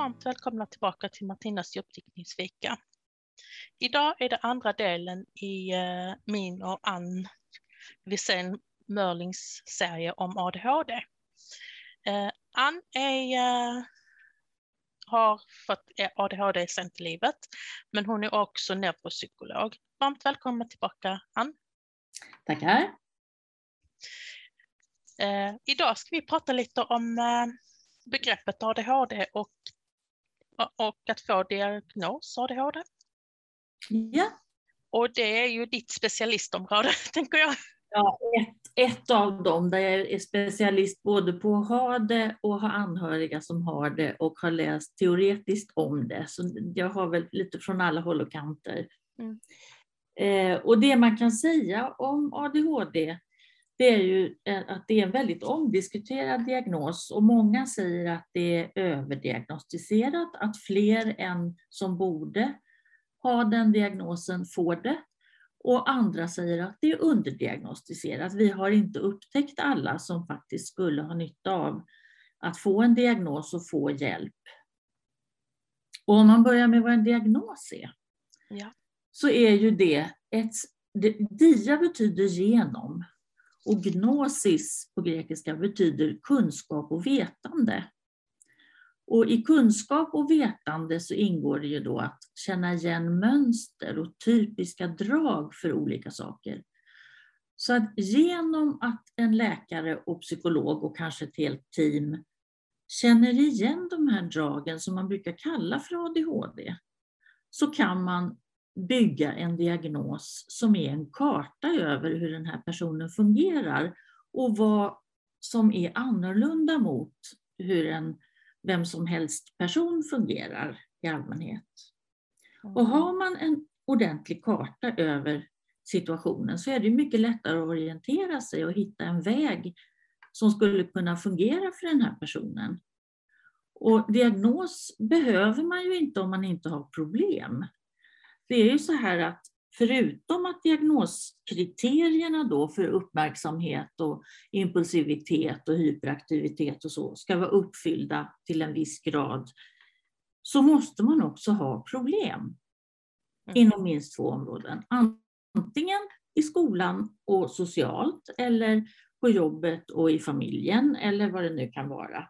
varmt välkomna tillbaka till Martinas djupdykningsvecka. Idag är det andra delen i min och Ann Wisén Mörlings serie om ADHD. Ann har fått ADHD sent i livet, men hon är också neuropsykolog. Varmt välkommen tillbaka, Ann. Tackar. Idag ska vi prata lite om begreppet ADHD och att få diagnos ADHD. Ja. Och det är ju ditt specialistområde, tänker jag. Ja, ett av dem där jag är specialist både på att ha det och ha anhöriga som har det och har läst teoretiskt om det. Så jag har väl lite från alla håll och kanter. Och det man kan säga om ADHD, det är ju att det är en väldigt omdiskuterad diagnos och många säger att det är överdiagnostiserat, att fler än som borde ha den diagnosen får det. Och andra säger att det är underdiagnostiserat. Vi har inte upptäckt alla som faktiskt skulle ha nytta av att få en diagnos och få hjälp. Och om man börjar med vad en diagnos är, så är ju dia betyder genom. Och gnosis på grekiska betyder kunskap och vetande. Och i kunskap och vetande så ingår det ju då att känna igen mönster och typiska drag för olika saker. Så att genom att en läkare och psykolog och kanske ett helt team känner igen de här dragen som man brukar kalla för ADHD, så kan man bygga en diagnos som är en karta över hur den här personen fungerar och vad som är annorlunda mot hur vem som helst person fungerar i allmänhet. Och har man en ordentlig karta över situationen så är det mycket lättare att orientera sig och hitta en väg som skulle kunna fungera för den här personen. Och diagnos behöver man ju inte om man inte har problem. Det är ju så här att förutom att diagnoskriterierna då för uppmärksamhet och impulsivitet och hyperaktivitet och så ska vara uppfyllda till en viss grad, så måste man också ha problem inom minst 2 områden. Antingen i skolan och socialt eller på jobbet och i familjen eller vad det nu kan vara.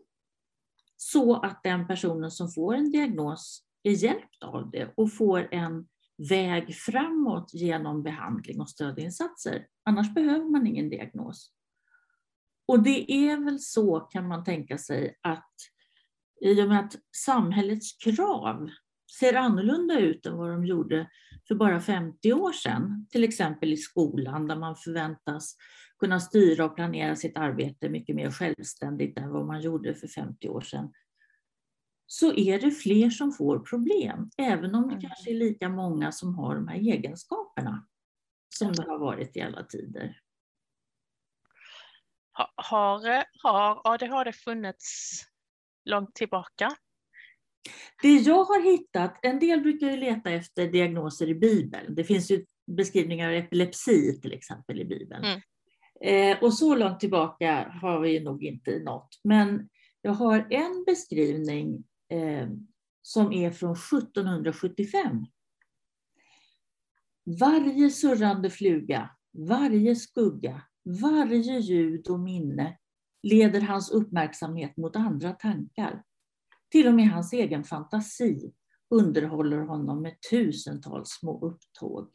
Så att den personen som får en diagnos är hjälpt av det och får en väg framåt genom behandling och stödinsatser. Annars behöver man ingen diagnos. Och det är väl så, kan man tänka sig, att i och med att samhällets krav ser annorlunda ut än vad de gjorde för bara 50 år sedan. Till exempel i skolan där man förväntas kunna styra och planera sitt arbete mycket mer självständigt än vad man gjorde för 50 år sedan. Så är det fler som får problem, även om det kanske är lika många som har de här egenskaperna som det har varit i alla tider. Har ADHD funnits långt tillbaka? Det jag har hittat, en del brukar ju leta efter diagnoser i Bibeln. Det finns ju beskrivningar av epilepsi till exempel i Bibeln. Och så långt tillbaka har vi nog inte nått. Men jag har en beskrivning som är från 1775. Varje surrande fluga, varje skugga, varje ljud och minne leder hans uppmärksamhet mot andra tankar. Till och med hans egen fantasi underhåller honom med tusentals små upptåg.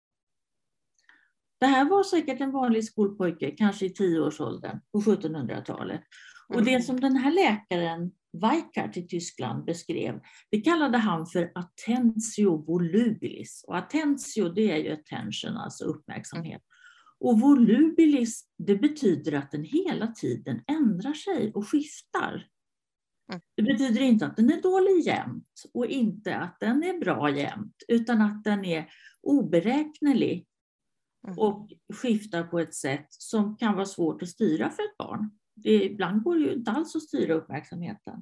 Det här var säkert en vanlig skolpojke, kanske i 10-årsåldern på 1700-talet. Och det som den här läkaren Weikart i Tyskland beskrev, det kallade han för attentio volubilis. Och attentio, det är ju attention, alltså uppmärksamhet. Och volubilis, det betyder att den hela tiden ändrar sig och skiftar. Det betyder inte att den är dålig jämt och inte att den är bra jämt, utan att den är oberäknelig och skiftar på ett sätt som kan vara svårt att styra för ett barn. Ibland går det ju inte alls att styra uppmärksamheten.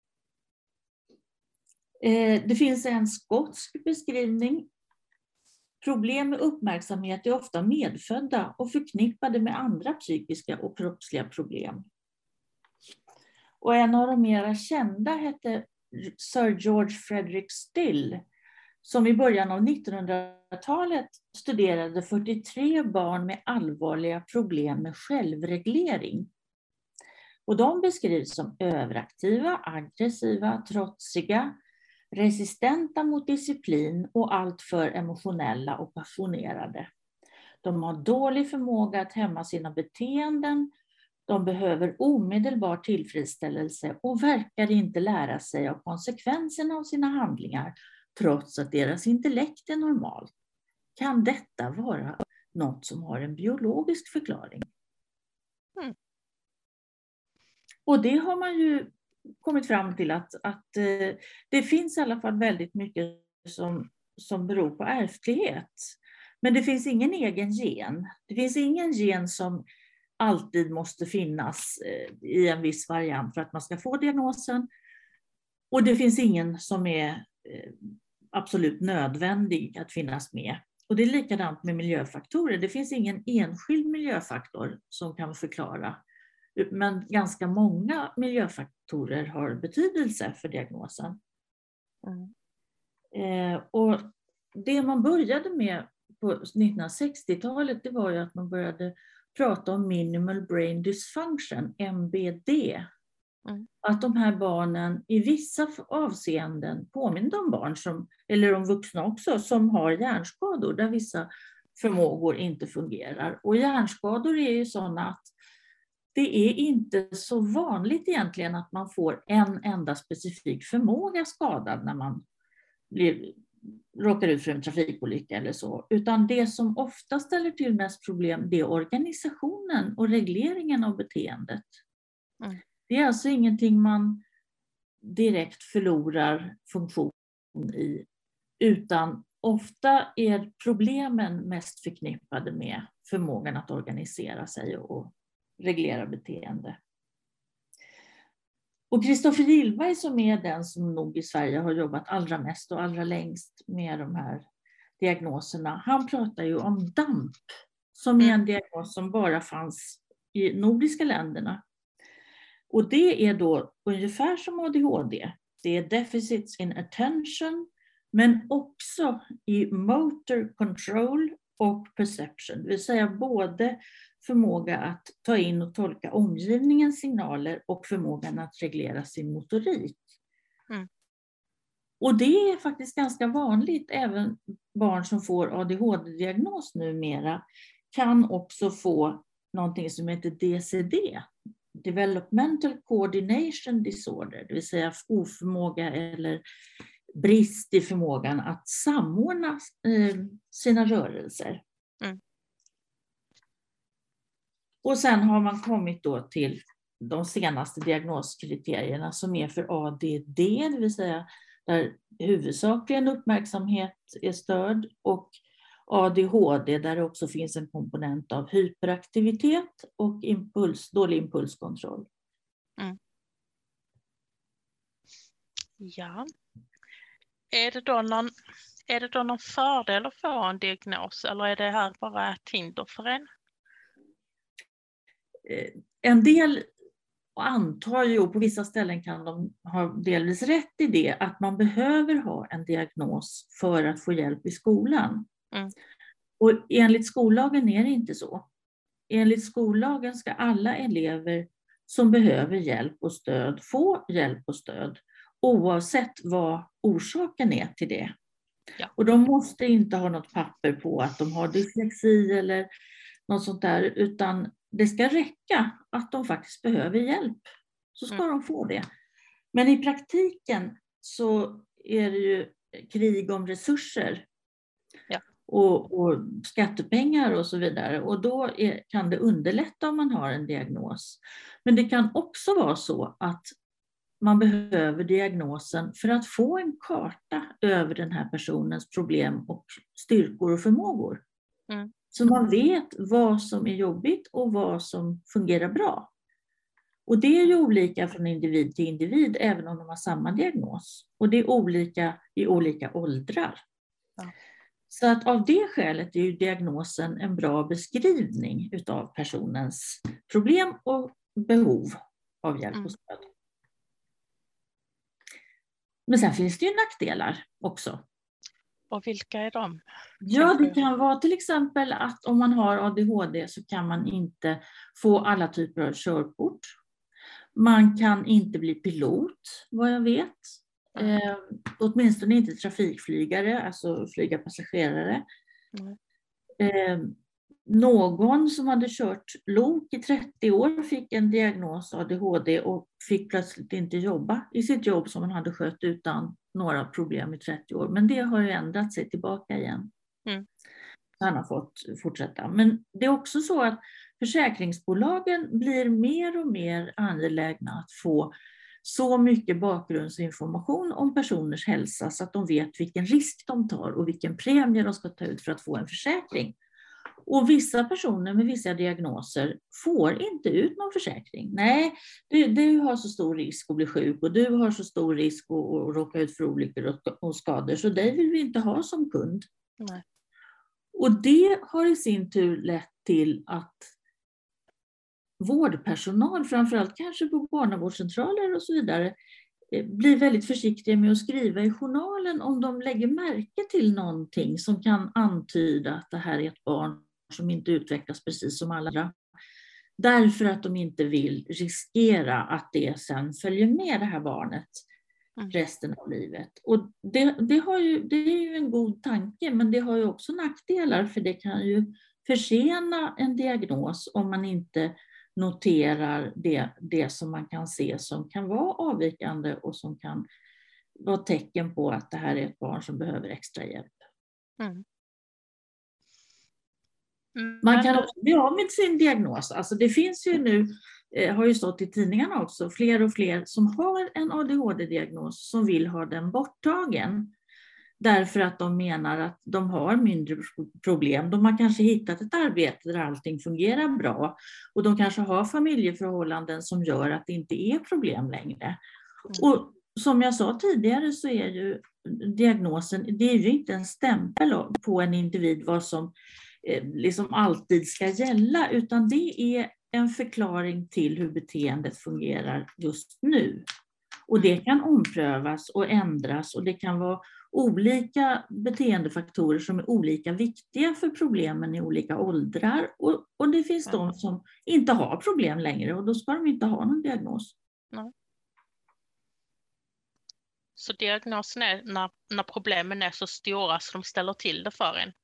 Det finns en skotsk beskrivning. Problem med uppmärksamhet är ofta medfödda och förknippade med andra psykiska och kroppsliga problem. Och en av de mera kända hette Sir George Frederick Still, som i början av 1900-talet studerade 43 barn med allvarliga problem med självreglering. Och de beskrivs som överaktiva, aggressiva, trotsiga, resistenta mot disciplin och alltför emotionella och passionerade. De har dålig förmåga att hämma sina beteenden. De behöver omedelbar tillfredsställelse och verkar inte lära sig av konsekvenserna av sina handlingar trots att deras intellekt är normalt. Kan detta vara något som har en biologisk förklaring? Mm. Och det har man ju kommit fram till att det finns i alla fall väldigt mycket som beror på ärftlighet. Men det finns ingen egen gen. Det finns ingen gen som alltid måste finnas i en viss variant för att man ska få diagnosen. Och det finns ingen som är absolut nödvändig att finnas med. Och det är likadant med miljöfaktorer. Det finns ingen enskild miljöfaktor som kan förklara. Men ganska många miljöfaktorer har betydelse för diagnosen. Och det man började med på 1960-talet, det var ju att man började prata om minimal brain dysfunction, MBD. Att de här barnen i vissa avseenden påminner om barn, eller om vuxna också, som har hjärnskador där vissa förmågor inte fungerar. Och hjärnskador är ju sådana att det är inte så vanligt egentligen att man får en enda specifik förmåga skadad när man råkar ut för en trafikolycka eller så. Utan det som ofta ställer till mest problem, det är organisationen och regleringen av beteendet. Det är alltså ingenting man direkt förlorar funktion i, utan ofta är problemen mest förknippade med förmågan att organisera sig och reglera beteende. Och Kristoffer Gillberg, som är den som nog i Sverige har jobbat allra mest och allra längst med de här diagnoserna, han pratar ju om DAMP, som är en diagnos som bara fanns i nordiska länderna. Och det är då ungefär som ADHD. Det är deficits in attention, men också i motor control och perception. Det vill säga både förmåga att ta in och tolka omgivningens signaler och förmågan att reglera sin motorik. Och det är faktiskt ganska vanligt. Även barn som får ADHD-diagnos numera kan också få någonting som heter DCD. Developmental Coordination Disorder, det vill säga oförmåga eller brist i förmågan att samordna sina rörelser. Och sen har man kommit då till de senaste diagnoskriterierna som är för ADD, det vill säga där huvudsakligen uppmärksamhet är störd, och ADHD där det också finns en komponent av hyperaktivitet och dålig impulskontroll. Ja. Är det då någon fördel att få en diagnos, eller är det här bara ett hinder för en? En del antar ju, och på vissa ställen kan de ha delvis rätt i det, att man behöver ha en diagnos för att få hjälp i skolan. Och enligt skollagen är det inte så. Enligt skollagen ska alla elever som behöver hjälp och stöd få hjälp och stöd, oavsett vad orsaken är till det. Ja. Och de måste inte ha något papper på att de har dyslexi eller något sånt där, utan det ska räcka att de faktiskt behöver hjälp. Så ska de få det. Men i praktiken så är det ju krig om resurser. Ja. Och skattepengar och så vidare. Och då kan det underlätta om man har en diagnos. Men det kan också vara så att man behöver diagnosen för att få en karta över den här personens problem och styrkor och förmågor. Så man vet vad som är jobbigt och vad som fungerar bra. Och det är ju olika från individ till individ, även om de har samma diagnos. Och det är olika i olika åldrar. Ja. Så att av det skälet är ju diagnosen en bra beskrivning utav personens problem och behov av hjälp och stöd. Men sen finns det ju nackdelar också. Och vilka är de? Ja, det kan vara till exempel att om man har ADHD så kan man inte få alla typer av körkort. Man kan inte bli pilot, vad jag vet. Åtminstone inte trafikflygare, alltså flyga passagerare. Någon som hade kört lok i 30 år fick en diagnos ADHD och fick plötsligt inte jobba i sitt jobb som man hade skött utan några problem i 30 år. Men det har ju ändrat sig tillbaka igen. Han har fått fortsätta. Men det är också så att försäkringsbolagen blir mer och mer angelägna att få så mycket bakgrundsinformation om personers hälsa så att de vet vilken risk de tar och vilken premie de ska ta ut för att få en försäkring. Och vissa personer med vissa diagnoser får inte ut någon försäkring. Nej, du har så stor risk att bli sjuk och du har så stor risk att råka ut för olyckor och skador så dig vill vi inte ha som kund. Nej. Och det har i sin tur lett till att vårdpersonal, framförallt kanske på barnavårdscentraler och så vidare, blir väldigt försiktiga med att skriva i journalen om de lägger märke till någonting som kan antyda att det här är ett barn som inte utvecklas precis som alla andra. Därför att de inte vill riskera att det sen följer med det här barnet resten av livet. Och det är ju en god tanke, men det har ju också nackdelar för det kan ju försena en diagnos om man inte noterar det som man kan se som kan vara avvikande och som kan vara tecken på att det här är ett barn som behöver extra hjälp. Man kan också bli av med sin diagnos. Alltså det finns ju nu, har ju stått i tidningarna också, fler och fler som har en ADHD-diagnos som vill ha den borttagen. Därför att de menar att de har mindre problem. De har kanske hittat ett arbete där allting fungerar bra. Och de kanske har familjeförhållanden som gör att det inte är problem längre. Och som jag sa tidigare så är ju diagnosen, det är ju inte en stämpel på en individ vad som liksom alltid ska gälla. Utan det är en förklaring till hur beteendet fungerar just nu. Och det kan omprövas och ändras och det kan vara olika beteendefaktorer som är olika viktiga för problemen i olika åldrar. Och det finns de som inte har problem längre och då ska de inte ha någon diagnos. Nej. Så diagnosen är när problemen är så stora så de ställer till det för en?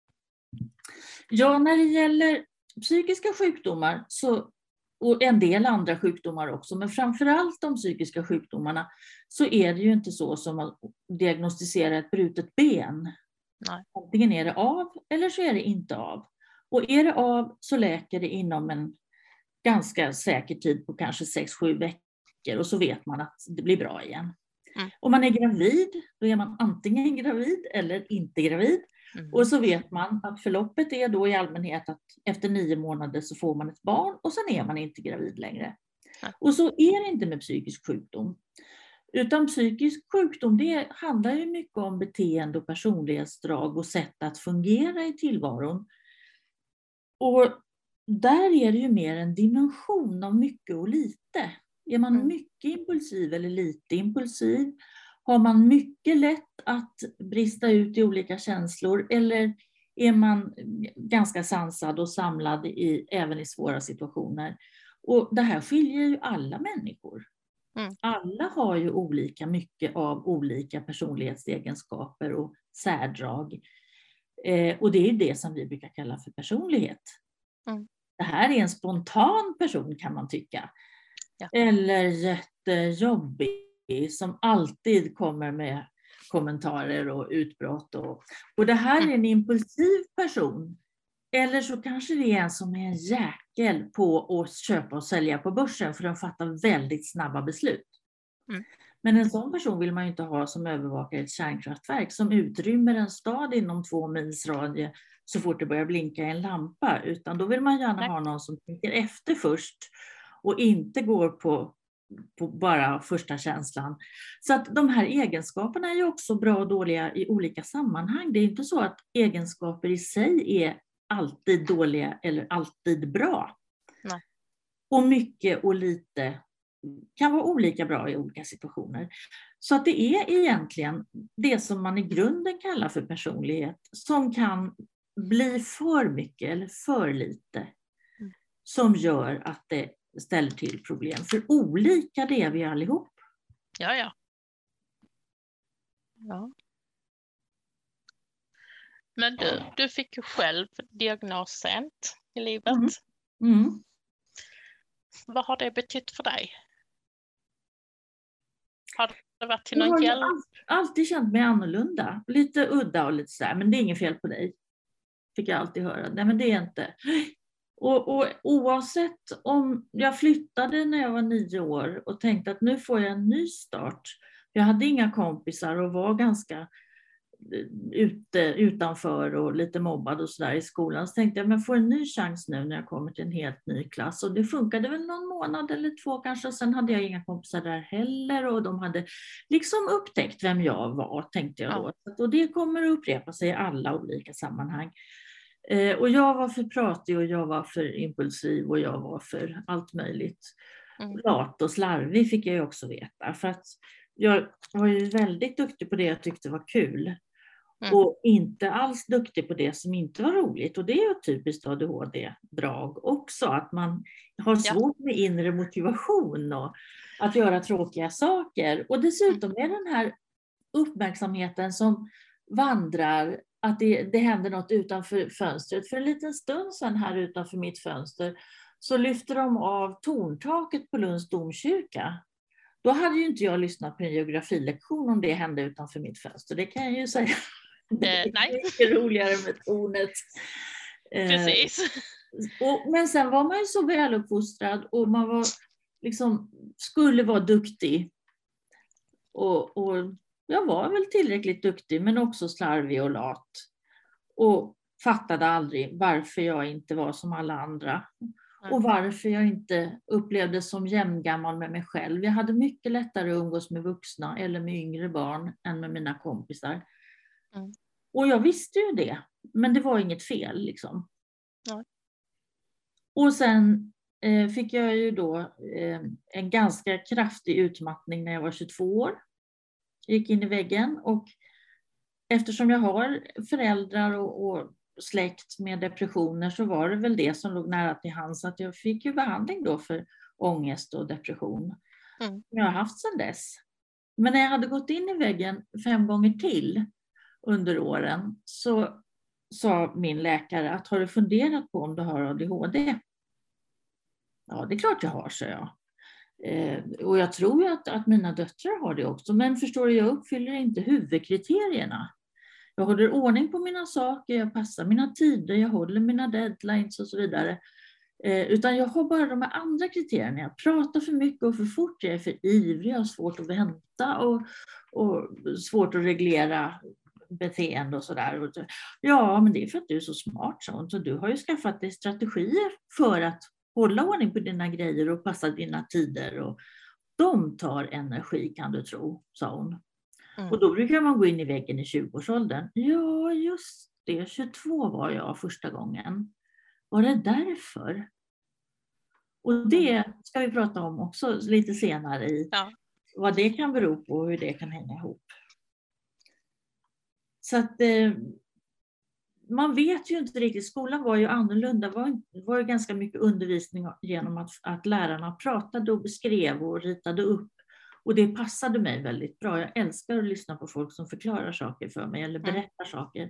Ja, när det gäller psykiska sjukdomar och en del andra sjukdomar också, men framförallt de psykiska sjukdomarna, så är det ju inte så som att diagnostisera ett brutet ben. Nej. Antingen är det av eller så är det inte av. Och är det av så läker det inom en ganska säker tid på kanske 6-7 veckor och så vet man att det blir bra igen. Om man är gravid, då är man antingen gravid eller inte gravid. Och så vet man att förloppet är då i allmänhet att efter 9 månader så får man ett barn och sen är man inte gravid längre. Och så är det inte med psykisk sjukdom. Utan psykisk sjukdom, det handlar ju mycket om beteende och personlighetsdrag och sätt att fungera i tillvaron. Och där är det ju mer en dimension av mycket och lite. Är man mycket impulsiv eller lite impulsiv? Har man mycket lätt att brista ut i olika känslor eller är man ganska sansad och samlad även i svåra situationer? Och det här skiljer ju alla människor. Alla har ju olika mycket av olika personlighetsegenskaper och särdrag. Och det är det som vi brukar kalla för personlighet. Det här är en spontan person kan man tycka. Ja. Eller jättejobbig som alltid kommer med kommentarer och utbrott. Och det här är en impulsiv person. Eller så kanske det är en som är en jäkel på att köpa och sälja på börsen för att fatta väldigt snabba beslut. Men en sån person vill man ju inte ha som övervakar ett kärnkraftverk som utrymmer en stad inom 2 mils radie så fort det börjar blinka en lampa. Utan då vill man gärna ha någon som tänker efter först och inte går på bara första känslan. Så att de här egenskaperna är ju också bra och dåliga i olika sammanhang. Det är inte så att egenskaper i sig är alltid dåliga eller alltid bra. Nej. Och mycket och lite kan vara olika bra i olika situationer. Så att det är egentligen det som man i grunden kallar för personlighet som kan bli för mycket eller för lite som gör att det ställer till problem. För olika det är vi allihop. Ja. Men du fick ju själv diagnos sent i livet. Vad har det betytt för dig? Har det varit till någon hjälp? Jag har alltid känt mig annorlunda. Lite udda och lite så här, men det är inget fel på dig. Fick jag alltid höra. Nej, men det är inte. Och oavsett om jag flyttade när jag var 9 år och tänkte att nu får jag en ny start. Jag hade inga kompisar och var ganska utanför och lite mobbad och sådär i skolan. Så tänkte jag, men får en ny chans nu när jag kommer till en helt ny klass. Och det funkade väl någon månad eller 2 kanske. Sen hade jag inga kompisar där heller och de hade liksom upptäckt vem jag var, tänkte jag då. Och det kommer att upprepa sig i alla olika sammanhang. Och jag var för pratig och jag var för impulsiv och jag var för allt möjligt. Lat och slarvig fick jag ju också veta. För att jag var ju väldigt duktig på det jag tyckte var kul. Och inte alls duktig på det som inte var roligt. Och det är ju typiskt ADHD-drag också. Att man har svårt med inre motivation och att göra tråkiga saker. Och dessutom är den här uppmärksamheten som vandrar, att det händer något utanför fönstret. För en liten stund sedan här utanför mitt fönster så lyfter de av torntaket på Lunds domkyrka. Då hade ju inte jag lyssnat på en geografilektion om det hände utanför mitt fönster. Det kan jag ju säga. Det är mycket roligare med tornet. Precis. Men sen var man ju så väluppfostrad och man var skulle vara duktig. Och jag var väl tillräckligt duktig men också slarvig och lat. Och fattade aldrig varför jag inte var som alla andra. Och varför jag inte upplevdes som jämngammal med mig själv. Jag hade mycket lättare att umgås med vuxna eller med yngre barn än med mina kompisar. Och jag visste ju det. Men det var inget fel liksom. Och sen fick jag ju då en ganska kraftig utmattning när jag var 22 år. Gick in i väggen och eftersom jag har föräldrar och släkt med depressioner så var det väl det som låg nära till hands att jag fick ju behandling då för ångest och depression. Jag har haft sedan dess. Men när jag hade gått in i väggen 5 gånger till under åren så sa min läkare att har du funderat på om du har ADHD? Ja, det är klart jag har, så jag. Och jag tror ju att mina döttrar har det också. Men förstår du, jag uppfyller inte huvudkriterierna. Jag håller ordning på mina saker, jag passar mina tider, jag håller mina deadlines och så vidare. Utan jag har bara de här andra kriterierna. Jag pratar för mycket och för fort, jag är för ivrig, jag har svårt att vänta och svårt att reglera beteende och sådär. Ja, men det är för att du är så smart, så du har ju skaffat dig strategier för att hålla ordning på dina grejer och passa dina tider. Och de tar energi, kan du tro, sa hon. Och då brukar man gå in i väggen i 20-årsåldern. Ja, just det. 22 var jag första gången. Var det därför? Och det ska vi prata om också lite senare i vad det kan bero på och hur det kan hänga ihop. Så att man vet ju inte riktigt. Skolan var ju annorlunda. Det var ju ganska mycket undervisning genom att lärarna pratade och beskrev och ritade upp. Och det passade mig väldigt bra. Jag älskar att lyssna på folk som förklarar saker för mig eller berättar saker.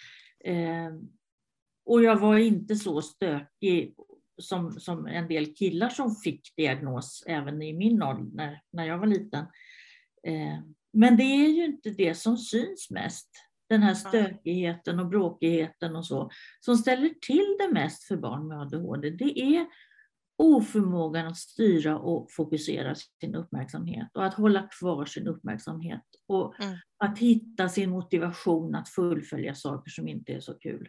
Och jag var inte så stökig som en del killar som fick diagnos även i min ålder när jag var liten. Men det är ju inte det som syns mest. Den här stökigheten och bråkigheten och så. Som ställer till det mest för barn med ADHD. Det är oförmågan att styra och fokusera sin uppmärksamhet och att hålla kvar sin uppmärksamhet och att hitta sin motivation att fullfölja saker som inte är så kul.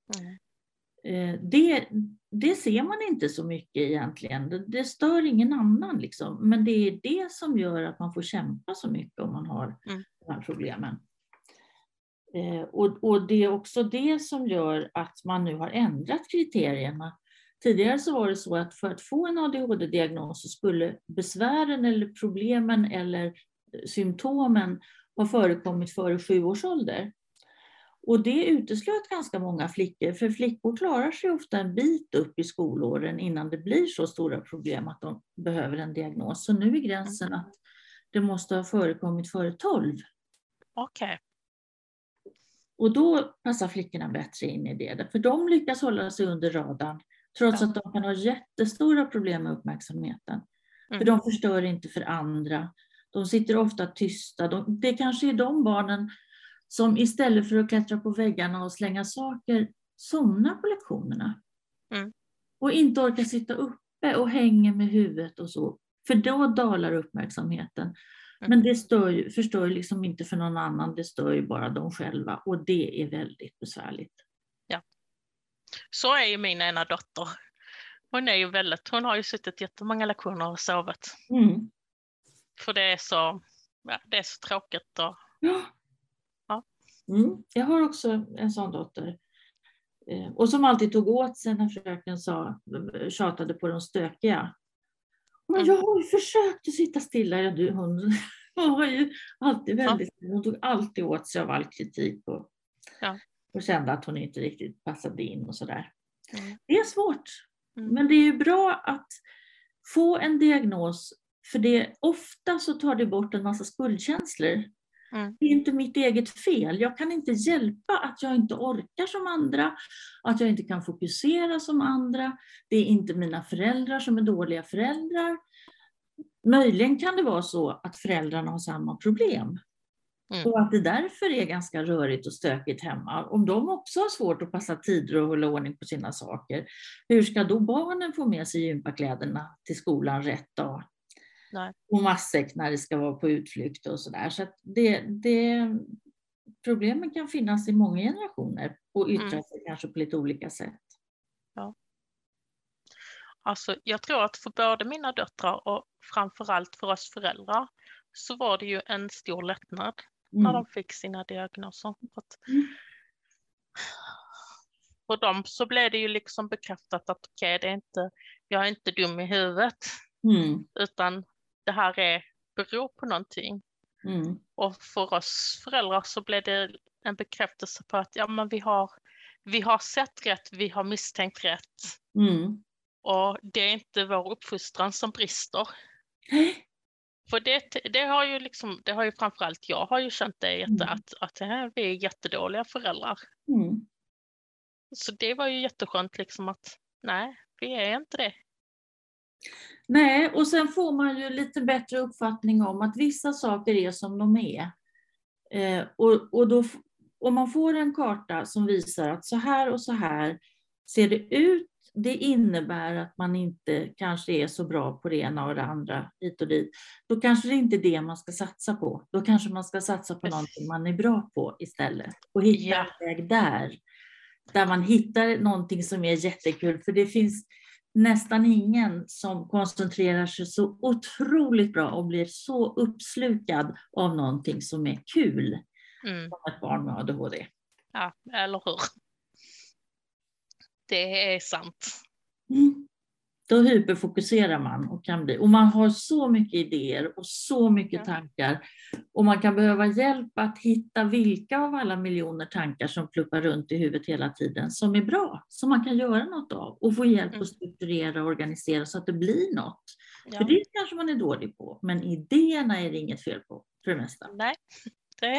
Det ser man inte så mycket egentligen. Det stör ingen annan liksom. Men det är det som gör att man får kämpa så mycket om man har de här problemen. Och det är också det som gör att man nu har ändrat kriterierna. tidigare så var det så att för att få en ADHD-diagnos så skulle besvären eller problemen eller symptomen ha förekommit före 7 års ålder. Och det uteslöt ganska många flickor, för flickor klarar sig ofta en bit upp i skolåren innan det blir så stora problem att de behöver en diagnos. Så nu är gränsen att det måste ha förekommit före 12. Okej. Och då passar flickorna bättre in i det, för de lyckas hålla sig under radarn trots att de kan ha jättestora problem med uppmärksamheten. För de förstör inte för andra. De sitter ofta tysta. Det kanske är de barnen som istället för att klättra på väggarna och slänga saker somnar på lektionerna. Och inte orkar sitta uppe och hänga med huvudet och så. För då dalar uppmärksamheten. Men det förstör liksom inte för någon annan, det stör ju bara dem själva. Och det är väldigt besvärligt. Ja. Så är ju min ena dotter. Hon har ju suttit jättemånga lektioner och sovit. För det är så tråkigt. Och, Jag har också en sån dotter. Och som alltid tog åt sig när fröken tjatade på de stökiga. Men jag har ju försökt att sitta stilla. Hon var ju alltid hon tog alltid åt sig av all kritik och kände att hon inte riktigt passade in och sådär. Det är svårt. Men det är ju bra att få en diagnos, för ofta så tar det bort en massa skuldkänslor. Det är inte mitt eget fel. Jag kan inte hjälpa att jag inte orkar som andra, att jag inte kan fokusera som andra. Det är inte mina föräldrar som är dåliga föräldrar. Möjligen kan det vara så att föräldrarna har samma problem. Och att det därför är ganska rörigt och stökigt hemma. Om de också har svårt att passa tider och hålla ordning på sina saker, hur ska då barnen få med sig gympakläderna till skolan rätt dag? Nej. Och matsäck när det ska vara på utflykt och sådär. Så att problemen kan finnas i många generationer och yttra sig kanske på lite olika sätt. Ja. Alltså, jag tror att för både mina döttrar och framförallt för oss föräldrar så var det ju en stor lättnad när de fick sina diagnoser. För dem så blev det ju liksom bekräftat att jag är inte dum i huvudet, utan det här beror på någonting. Och för oss föräldrar så blev det en bekräftelse på att men vi har sett rätt, vi har misstänkt rätt. Och det är inte vår uppfostran som brister. För det har ju framförallt jag har ju känt det att vi är jättedåliga föräldrar. Så det var ju jätteskönt liksom att nej, vi är inte det. Nej, och sen får man ju lite bättre uppfattning om att vissa saker är som de är. Och då, om man får en karta som visar att så här och så här ser det ut, det innebär att man inte kanske är så bra på det ena och det andra hit och dit. Då kanske det inte är det man ska satsa på. Då kanske man ska satsa på någonting man är bra på istället. Och hitta en väg där man hittar någonting som är jättekul. För det finns nästan ingen som koncentrerar sig så otroligt bra och blir så uppslukad av någonting som är kul som ett barn med ADHD. Ja, eller hur? Det är sant. Då hyperfokuserar man och man har så mycket idéer och så mycket tankar. Och man kan behöva hjälp att hitta vilka av alla miljoner tankar som pluppar runt i huvudet hela tiden som är bra, som man kan göra något av. Och få hjälp att strukturera och organisera så att det blir något. För det kanske man är dålig på, men idéerna är det inget fel på för det mesta. Nej, det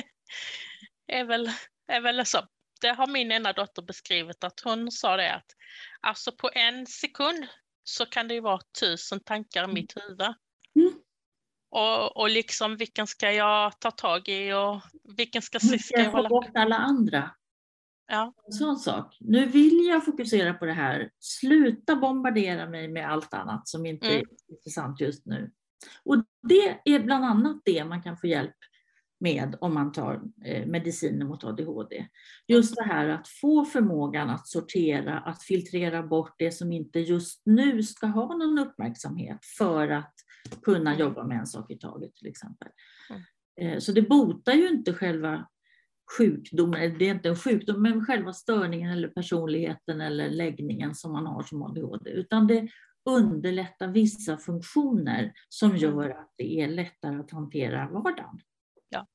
är väl så. Det har min ena dotter beskrivit, att hon sa det att alltså på en sekund så kan det ju vara 1000 tankar i mitt huvud. Och liksom vilken ska jag ta tag i och vilken ska jag få bort alla andra. Ja. En sån sak. Nu vill jag fokusera på det här. Sluta bombardera mig med allt annat som inte är intressant just nu. Och det är bland annat det man kan få hjälp med om man tar mediciner mot ADHD. Just det här att få förmågan att sortera, att filtrera bort det som inte just nu ska ha någon uppmärksamhet för att kunna jobba med en sak i taget till exempel. Så det botar ju inte själva sjukdomen, det är inte en sjukdom, men själva störningen eller personligheten eller läggningen som man har som ADHD, utan det underlättar vissa funktioner som gör att det är lättare att hantera vardagen. Ja.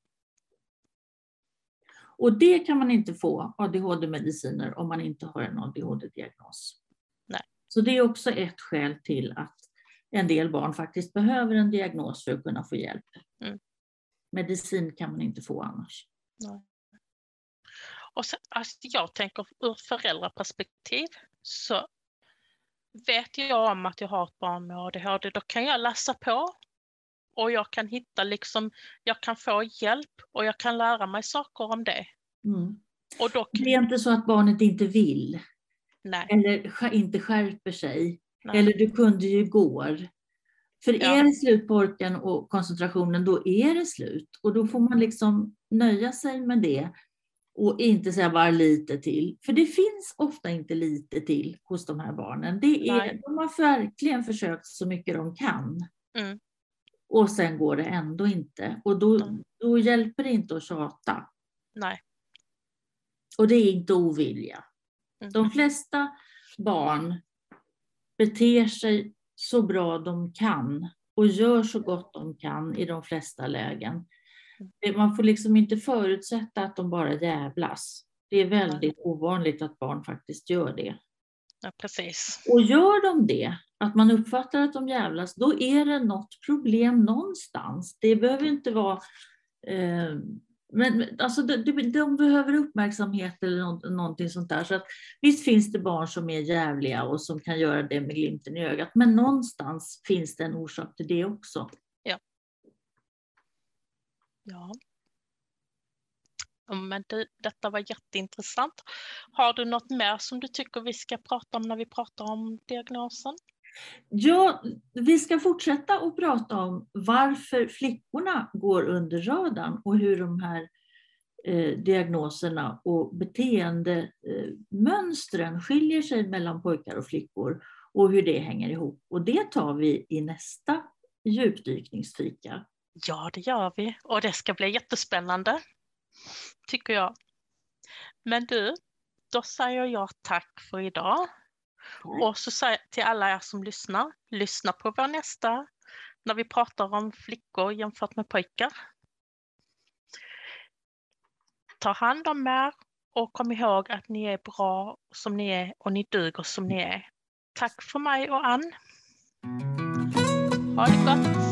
Och det kan man inte få ADHD-mediciner om man inte har en ADHD-diagnos. Nej. Så det är också ett skäl till att en del barn faktiskt behöver en diagnos för att kunna få hjälp. Medicin kan man inte få annars. Nej. Och sen, alltså jag tänker ur föräldraperspektiv, så vet jag om att jag har ett barn med ADHD, då kan jag läsa på och jag kan hitta jag kan få hjälp och jag kan lära mig saker om det. Och då... Det är inte så att barnet inte vill. Nej. Eller inte skärper sig. Nej. Eller du kunde ju igår. För är det slut på orken och koncentrationen, då är det slut. Och då får man nöja sig med det. Och inte säga bara lite till. För det finns ofta inte lite till hos de här barnen. De har verkligen försökt så mycket de kan. Och sen går det ändå inte. Och då hjälper det inte att tjata. Nej. Och det är inte ovilja. De flesta barn beter sig så bra de kan. Och gör så gott de kan i de flesta lägen. Man får inte förutsätta att de bara jävlas. Det är väldigt ovanligt att barn faktiskt gör det. Ja, precis. Och gör de det, att man uppfattar att de jävlas, då är det något problem någonstans. Det behöver inte vara... men alltså de behöver uppmärksamhet eller någonting sånt där. Så att, visst finns det barn som är jävliga och som kan göra det med glimten i ögat. Men någonstans finns det en orsak till det också. Ja. Men detta var jätteintressant. Har du något mer som du tycker vi ska prata om när vi pratar om diagnosen? Ja, vi ska fortsätta att prata om varför flickorna går under radarn och hur de här diagnoserna och beteendemönstren skiljer sig mellan pojkar och flickor och hur det hänger ihop. Och det tar vi i nästa djupdykningsfika. Ja, det gör vi. Och det ska bli jättespännande, tycker jag. Men du, då säger jag tack för idag. Och så säger jag till alla er som lyssna på vår nästa när vi pratar om flickor jämfört med pojkar. Ta hand om er och kom ihåg att ni är bra som ni är och ni duger som ni är. Tack för mig och Ann. Ha det gott!